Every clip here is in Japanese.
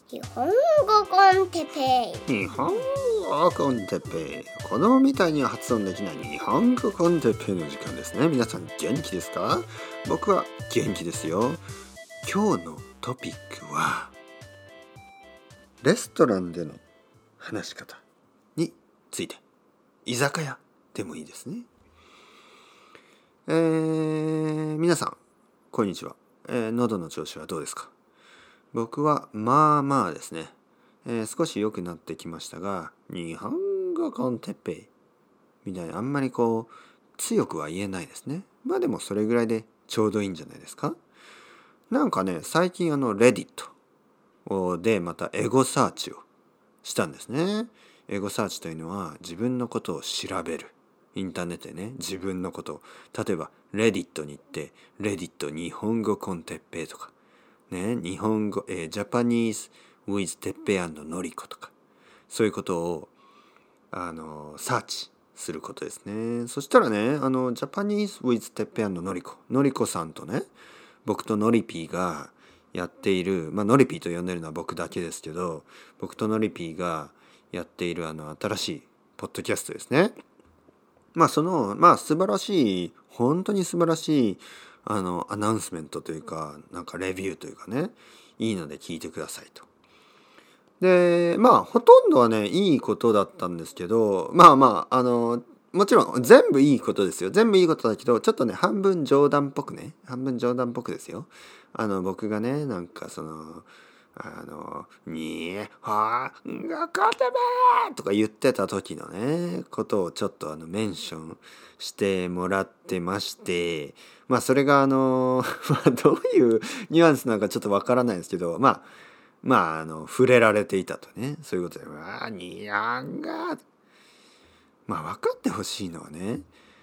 日本語コンテペイ。 日本語コンテペイ。子供みたいには発音できない日本語コンテペイの時間ですね。皆さん元気ですか？僕は元気ですよ。今日のトピックはレストランでの話し方について。居酒屋でもいいですね。皆さんこんにちは。喉の調子はどうですか？僕はまあまあですね。少し良くなってきましたが、日本語コンテッペイみたいなあんまり強くは言えないですね。まあでもそれぐらいでちょうどいいんじゃないですか。なんかね、最近レディットでまたエゴサーチをしたんですね。エゴサーチというのは自分のことを調べる。インターネットでね、自分のことを、例えばレディットに行ってレディット日本語コンテッペイとかね、日本語、ジャパニーズ with てっぺい&のりことか、そういうことをサーチすることですね。そしたらね、ジャパニーズ with てっぺい&のりこ、のりこさんとね、僕とのりぴーがやっている、のりぴーと呼んでるのは僕だけですけど、僕とのりぴーがやっている新しいポッドキャストですね。素晴らしい、本当に素晴らしいアナウンスメントというか、なんかレビューというかね、いいので聞いてくださいと。で、ほとんどはね、いいことだったんですけど、もちろん全部いいことですよ。全部いいことだけど、ちょっとね、半分冗談っぽくですよ。僕がね、なんかにはがかてめとか言ってた時のね、ことをちょっとメンションしてもらってまして、それがどういうニュアンスなんかちょっとわからないんですけど、触れられていたとね、そういうことで、にゃんが、分かってほしいのはね、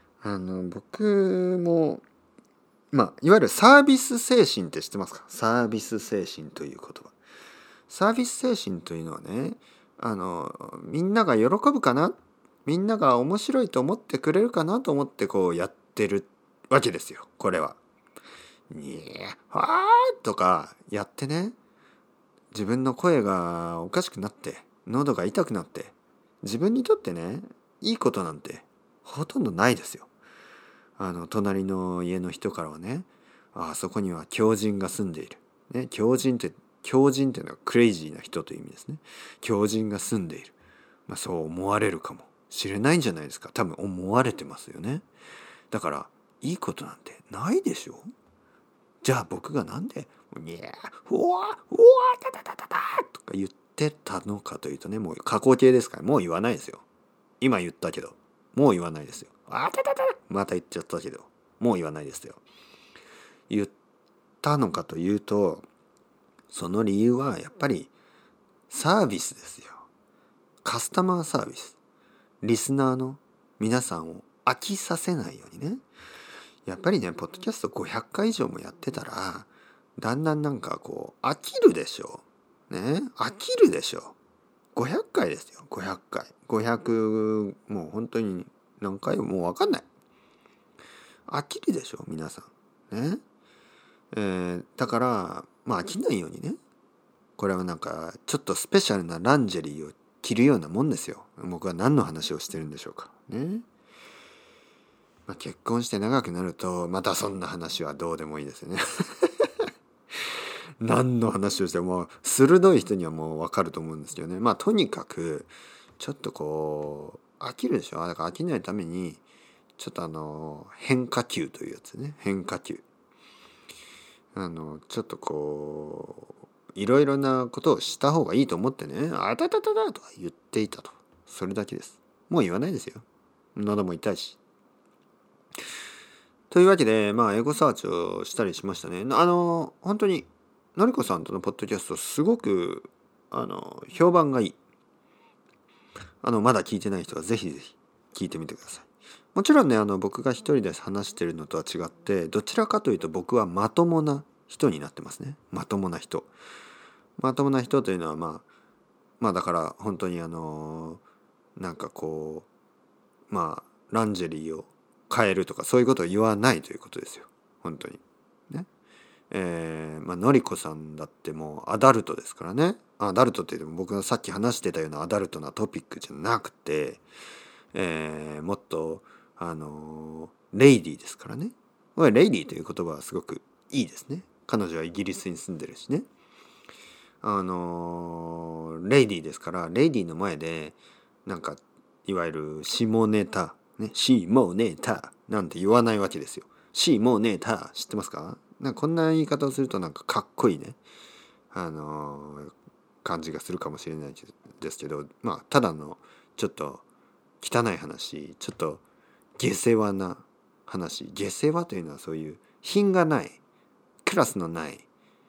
僕も、いわゆるサービス精神って知ってますか？サービス精神という言葉。サービス精神というのはね、みんなが喜ぶかな、みんなが面白いと思ってくれるかなと思ってやってるわけですよ、これは。にゃはーとかやってね、自分の声がおかしくなって、喉が痛くなって、自分にとってね、いいことなんてほとんどないですよ。隣の家の人からはね、あそこには狂人が住んでいる。ね、狂人っていうのはクレイジーな人という意味ですね。狂人が住んでいる。そう思われるかもしれないんじゃないですか。多分思われてますよね。だからいいことなんてないでしょ。じゃあ僕がなんでにゃふわふわたたたたたとか言ってたのかというとね、もう過去形ですから、もう言わないですよ。今言ったけどもう言わないですよ。あたたたまた言っちゃったけどもう言わないですよ。言ったのかというと、その理由はやっぱりサービスですよ。カスタマーサービス。リスナーの皆さんを飽きさせないようにね。やっぱりね、ポッドキャスト500回以上もやってたら、だんだんなんか飽きるでしょ。ね、飽きるでしょ。500回ですよ、500回。500、もう本当に何回もうわかんない。飽きるでしょ、皆さん。ね。だから、飽きないようにね。これはなんか、ちょっとスペシャルなランジェリーを着るようなもんですよ。僕は何の話をしてるんでしょうか。ね。結婚して長くなると、またそんな話はどうでもいいですよね。何の話をしても、鋭い人にはもうわかると思うんですけどね。とにかく、ちょっと飽きるでしょ。だから飽きないために、ちょっと変化球というやつね。変化球。ちょっといろいろなことをした方がいいと思ってね、あたたたたとか言っていたと。それだけです。もう言わないですよ。喉も痛いし。というわけで、エゴサーチをしたりしましたね。本当に、のりこさんとのポッドキャスト、すごく、評判がいい。まだ聞いてない人はぜひぜひ聞いてみてください。もちろんね、僕が一人で話してるのとは違って、どちらかというと僕はまともな人になってますね。まともな人。まともな人というのはだから本当になんかランジェリーを変えるとかそういうことを言わないということですよ。本当に。ね。のりこさんだってもうアダルトですからね。 アダルトって言っても僕がさっき話してたようなアダルトなトピックじゃなくて、もっとレイディーですからね。レイディーという言葉はすごくいいですね。彼女はイギリスに住んでるしね。レイディーですから、レイディーの前でなんかいわゆる下ネタね、シモネタなんて言わないわけですよ。シモネタ知ってますか？なんかこんな言い方をするとなんかかっこいいね、感じがするかもしれないですけど、まあただのちょっと汚い話、ちょっと下世話な話、下世話というのはそういう品がない、クラスのない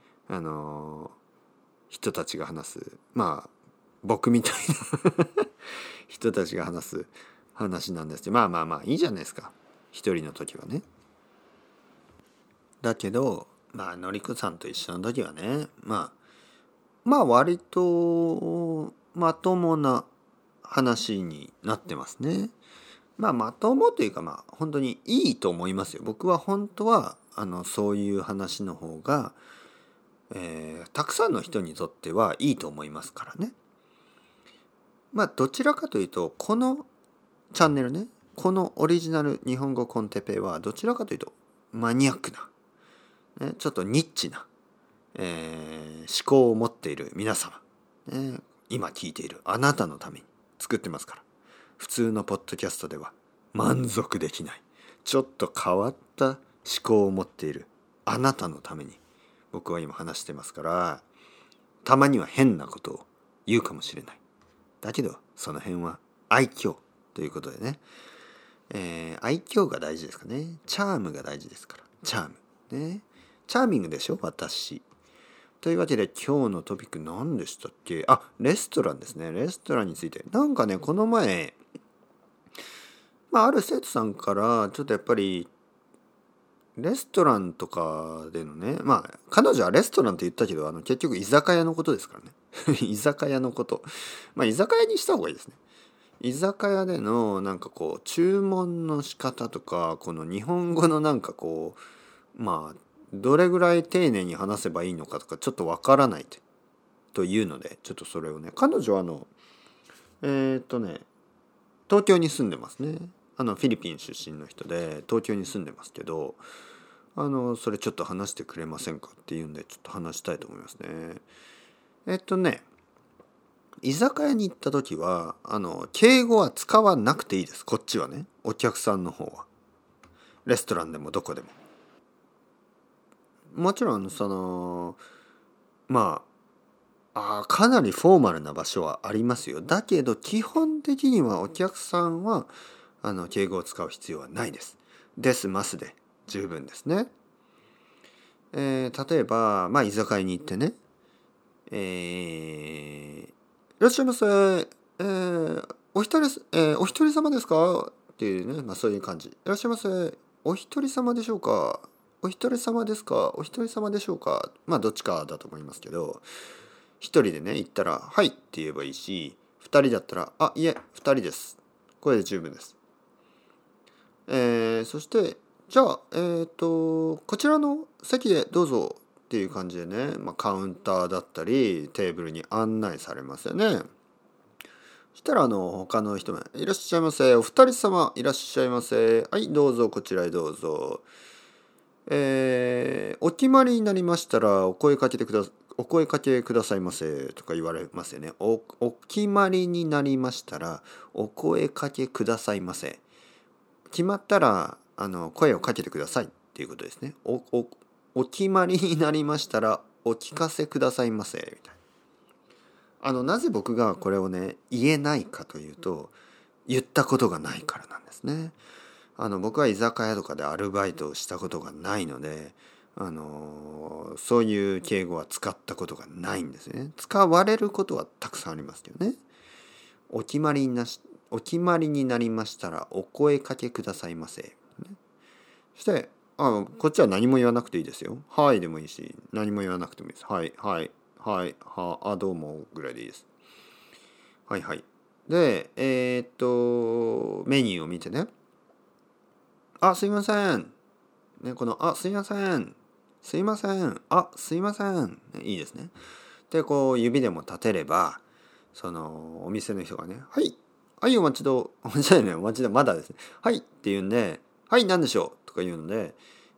人たちが話す、まあ僕みたいな人たちが話す話なんですけど、まあいいじゃないですか、一人の時はね。だけどのりこさんと一緒の時はね、まあ割とまともな話になってますね。まともというか本当にいいと思いますよ。僕は本当はそういう話の方が、たくさんの人にとってはいいと思いますからね。どちらかというとこのチャンネルね、このオリジナル日本語コンテペイはどちらかというとマニアックな、ちょっとニッチな、思考を持っている皆様、今聞いているあなたのために作ってますから。普通のポッドキャストでは満足できないちょっと変わった思考を持っているあなたのために僕は今話してますから、たまには変なことを言うかもしれない。だけどその辺は愛嬌ということでね、愛嬌が大事ですかね。チャームが大事ですから。チャームね、チャーミングでしょ私。というわけで今日のトピック何でしたっけ？レストランですね。レストランについてなんかね、この前ある生徒さんからちょっとやっぱりレストランとかでのね、彼女はレストランって言ったけど結局居酒屋のことですからね居酒屋のこと、居酒屋にした方がいいですね。居酒屋でのなんかこう注文の仕方とか、この日本語のなんかこうどれぐらい丁寧に話せばいいのかとかちょっとわからないというので、ちょっとそれをね、彼女は東京に住んでますね。フィリピン出身の人で東京に住んでますけど、それちょっと話してくれませんかっていうんでちょっと話したいと思いますね。居酒屋に行った時は敬語は使わなくていいです。こっちはね、お客さんの方は。レストランでもどこでももちろんかなりフォーマルな場所はありますよ。だけど基本的にはお客さんは敬語を使う必要はないです。ですますで十分ですね。例えば居酒屋に行ってね、いらっしゃいませ、お一人様ですかっていうね、そういう感じ。いらっしゃいませ、お一人様でしょうか、お一人様ですか、お一人様でしょうか、どっちかだと思いますけど、一人でね行ったらはいって言えばいいし、二人だったらいえ二人です、これで十分です。そしてじゃあこちらの席でどうぞっていう感じでね、カウンターだったりテーブルに案内されますよね。そしたら他の人がいらっしゃいませ、お二人様いらっしゃいませ、はいどうぞこちらへどうぞ、お決まりになりましたらお声かけくださいませとか言われますよね。お決まりになりましたらお声かけくださいませ。決まったら声をかけてくださいっていうことですね。お決まりになりましたらお聞かせくださいませみたいな。なぜ僕がこれをね言えないかというと、言ったことがないからなんですね。僕は居酒屋とかでアルバイトをしたことがないので、そういう敬語は使ったことがないんですね。使われることはたくさんありますけどね。お決まりになりましたらお声かけくださいませ。そしてこっちは何も言わなくていいですよ。はいでもいいし、何も言わなくてもいいです。はいはいはいはどうもぐらいでいいです。はいはい。でメニューを見てね、すいませんね、このすいませんすいませんすいません、いいですね。 でこう指でも立てればそのお店の人がね「はい、はい、お待ちどお待ちだよね、お待ちだまだですね、はい」って言うんで「はい、何でしょう」とか言うので、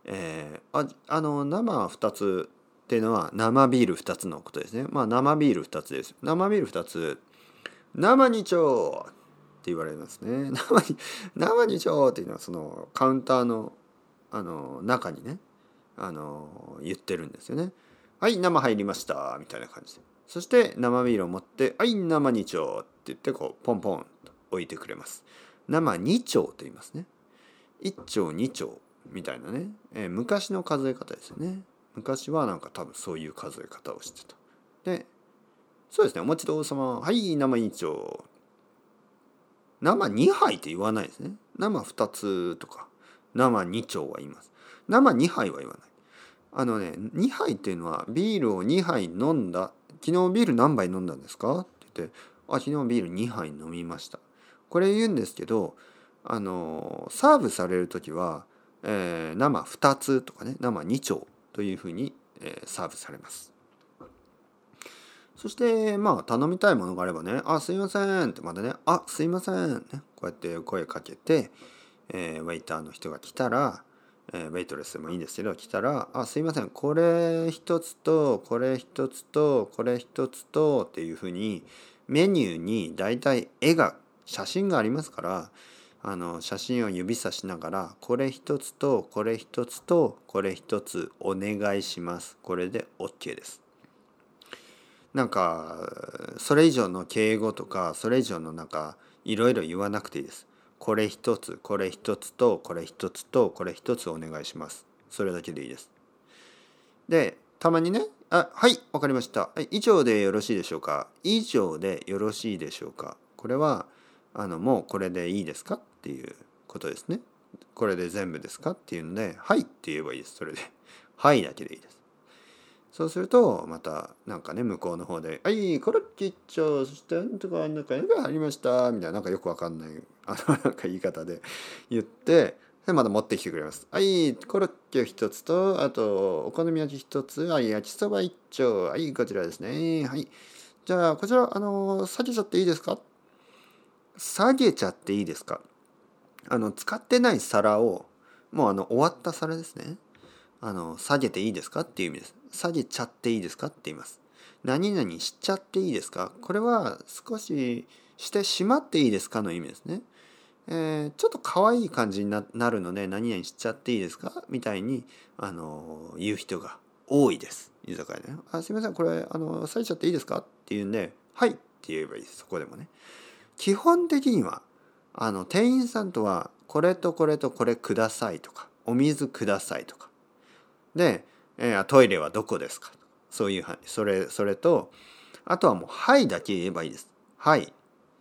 生2つっていうのは生ビール2つのことですね。まあ生ビール2つです。生ビール2つ生2丁って言われますね。生2丁っていうのはそのカウンターの中にね言ってるんですよね。はい、生入りましたみたいな感じで。そして生ビールを持ってはい、生2丁って言ってこうポンポンと置いてくれます。生2丁と言いますね。1丁2丁みたいなね、昔の数え方ですよね。昔はなんか多分そういう数え方をしてた。で、そうですね、お待ちどうさま、はい、生2丁。生2杯って言わないですね。生2つとか、生2丁は言います。生2杯は言わない。2杯っていうのはビールを2杯飲んだ。昨日ビール何杯飲んだんですかって言って、あ、昨日ビール2杯飲みました。これ言うんですけど、サーブされる時は、生2つとかね、生2丁というふうに、サーブされます。そしてまあ頼みたいものがあればね「あ、すいません」ってまたね「あ、すいません」ねこうやって声かけて、ウェイターの人が来たら、ウェイトレスでもいいんですけど来たら「あ、すいません、これ一つとこれ一つとこれ一つと」っていうふうにメニューにだいたい写真がありますから、写真を指さしながらこれ一つとこれ一つとこれ一つお願いします。これで OK です。なんかそれ以上の敬語とかそれ以上のなんかいろいろ言わなくていいです。これ一つこれ一つとこれ一つとこれ一つお願いします。それだけでいいです。でたまにね「あ、はい、わかりました。以上でよろしいでしょうか。以上でよろしいでしょうか。これはもうこれでいいですかっていうことですね。これで全部ですかっていうのではいって言えばいいです。それではいだけでいいです。そうするとまたなんかね向こうの方で「はい、コロッケ一丁、そしてなんとかなんかありました」みたいななんかよくわかんないなんか言い方で言ってでまた持ってきてくれます。「はい、コロッケ一つとあとお好み焼き一つ、はい、焼きそば一丁、はい、こちらですね。はい、じゃあこちら下げちゃっていいですか？下げちゃっていいですか？使ってない皿をもう終わった皿ですね。下げていいですかっていう意味です。下げちゃっていいですかって言います。何々しちゃっていいですか？これは少ししてしまっていいですかの意味ですね。ちょっと可愛い感じになるので何々しちゃっていいですかみたいに言う人が多いです。居酒屋でね。あ、すいません、これ下げちゃっていいですかって言うんで、はいって言えばいいです。そこでもね。基本的には店員さんとはこれとこれとこれくださいとか、お水くださいとか。で、トイレはどこですか？そういうそれと、あとはもうはいだけ言えばいいです。はい。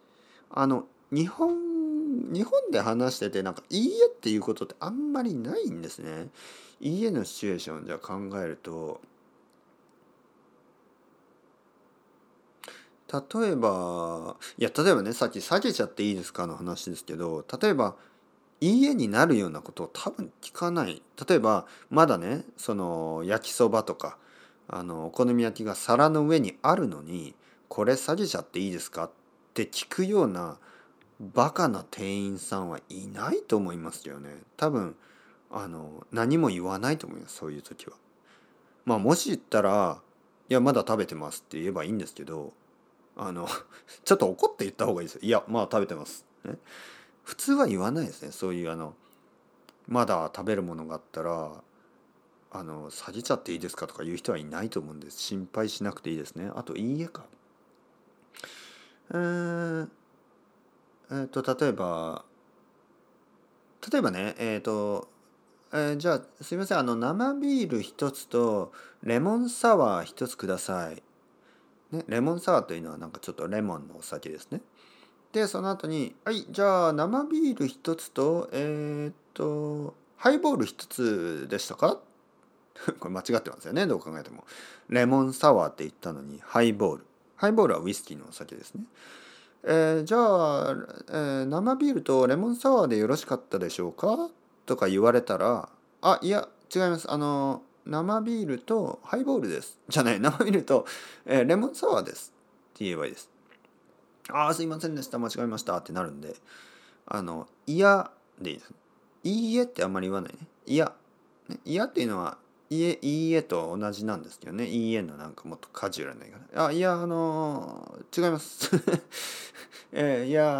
日本で話しててなんかいいえっていうことってあんまりないんですね。いいえのシチュエーションじゃ考えると、例えばねさっき下げちゃっていいですかの話ですけど、例えばいいえになるようなことを多分聞かない。例えばまだねその焼きそばとかお好み焼きが皿の上にあるのにこれ下げちゃっていいですかって聞くようなバカな店員さんはいないと思いますよね。多分何も言わないと思います。そういう時は。まあもし言ったら「いやまだ食べてます」って言えばいいんですけどちょっと怒って言った方がいいですよ。いやまだ食べてます、ね、普通は言わないですね。そういうまだ食べるものがあったら下げちゃっていいですかとか言う人はいないと思うんです。心配しなくていいですね。あといいえか。えー、例えばねじゃあすいません生ビール一つとレモンサワー一つください。ね、レモンサワーというのはなんかちょっとレモンのお酒ですね。でその後にはいじゃあ生ビール一つとハイボール一つでしたか？これ間違ってますよね、どう考えても。レモンサワーって言ったのにハイボール。ハイボールはウイスキーのお酒ですね。じゃあ、生ビールとレモンサワーでよろしかったでしょうかとか言われたら、あ、いや、違います。 生ビールとハイボールですじゃない、生ビールと、レモンサワーですって言えばいいです。ああすいませんでした、間違えましたってなるんで、いやでいいです。いいえってあんまり言わないね。いや、ね、いやっていうのはいいえと同じなんですけどね。いいえのなんかもっとカジュアルな言い方。あ、いや、違います。いや、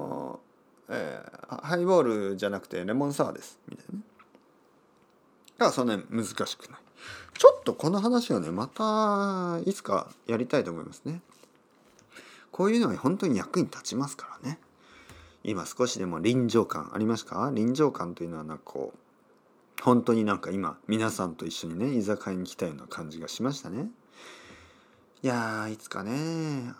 ハイボールじゃなくてレモンサワーです。みたいなね。だからそんなに難しくない。ちょっとこの話をね、またいつかやりたいと思いますね。こういうのは本当に役に立ちますからね。今少しでも臨場感ありますか？臨場感というのはなんかこう、本当になんか今皆さんと一緒にね居酒屋に来たような感じがしましたね。いやいつかね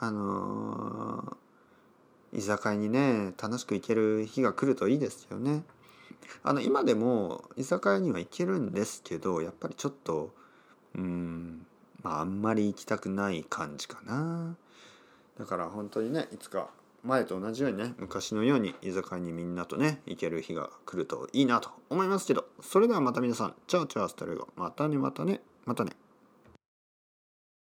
居酒屋にね楽しく行ける日が来るといいですよね。今でも居酒屋には行けるんですけど、やっぱりちょっとあんまり行きたくない感じかな。だから本当にねいつか前と同じようにね昔のように居酒屋にみんなとね行ける日が来るといいなと思いますけど、それではまた皆さんチャオチャオスタレゴ、またねまたねまたね。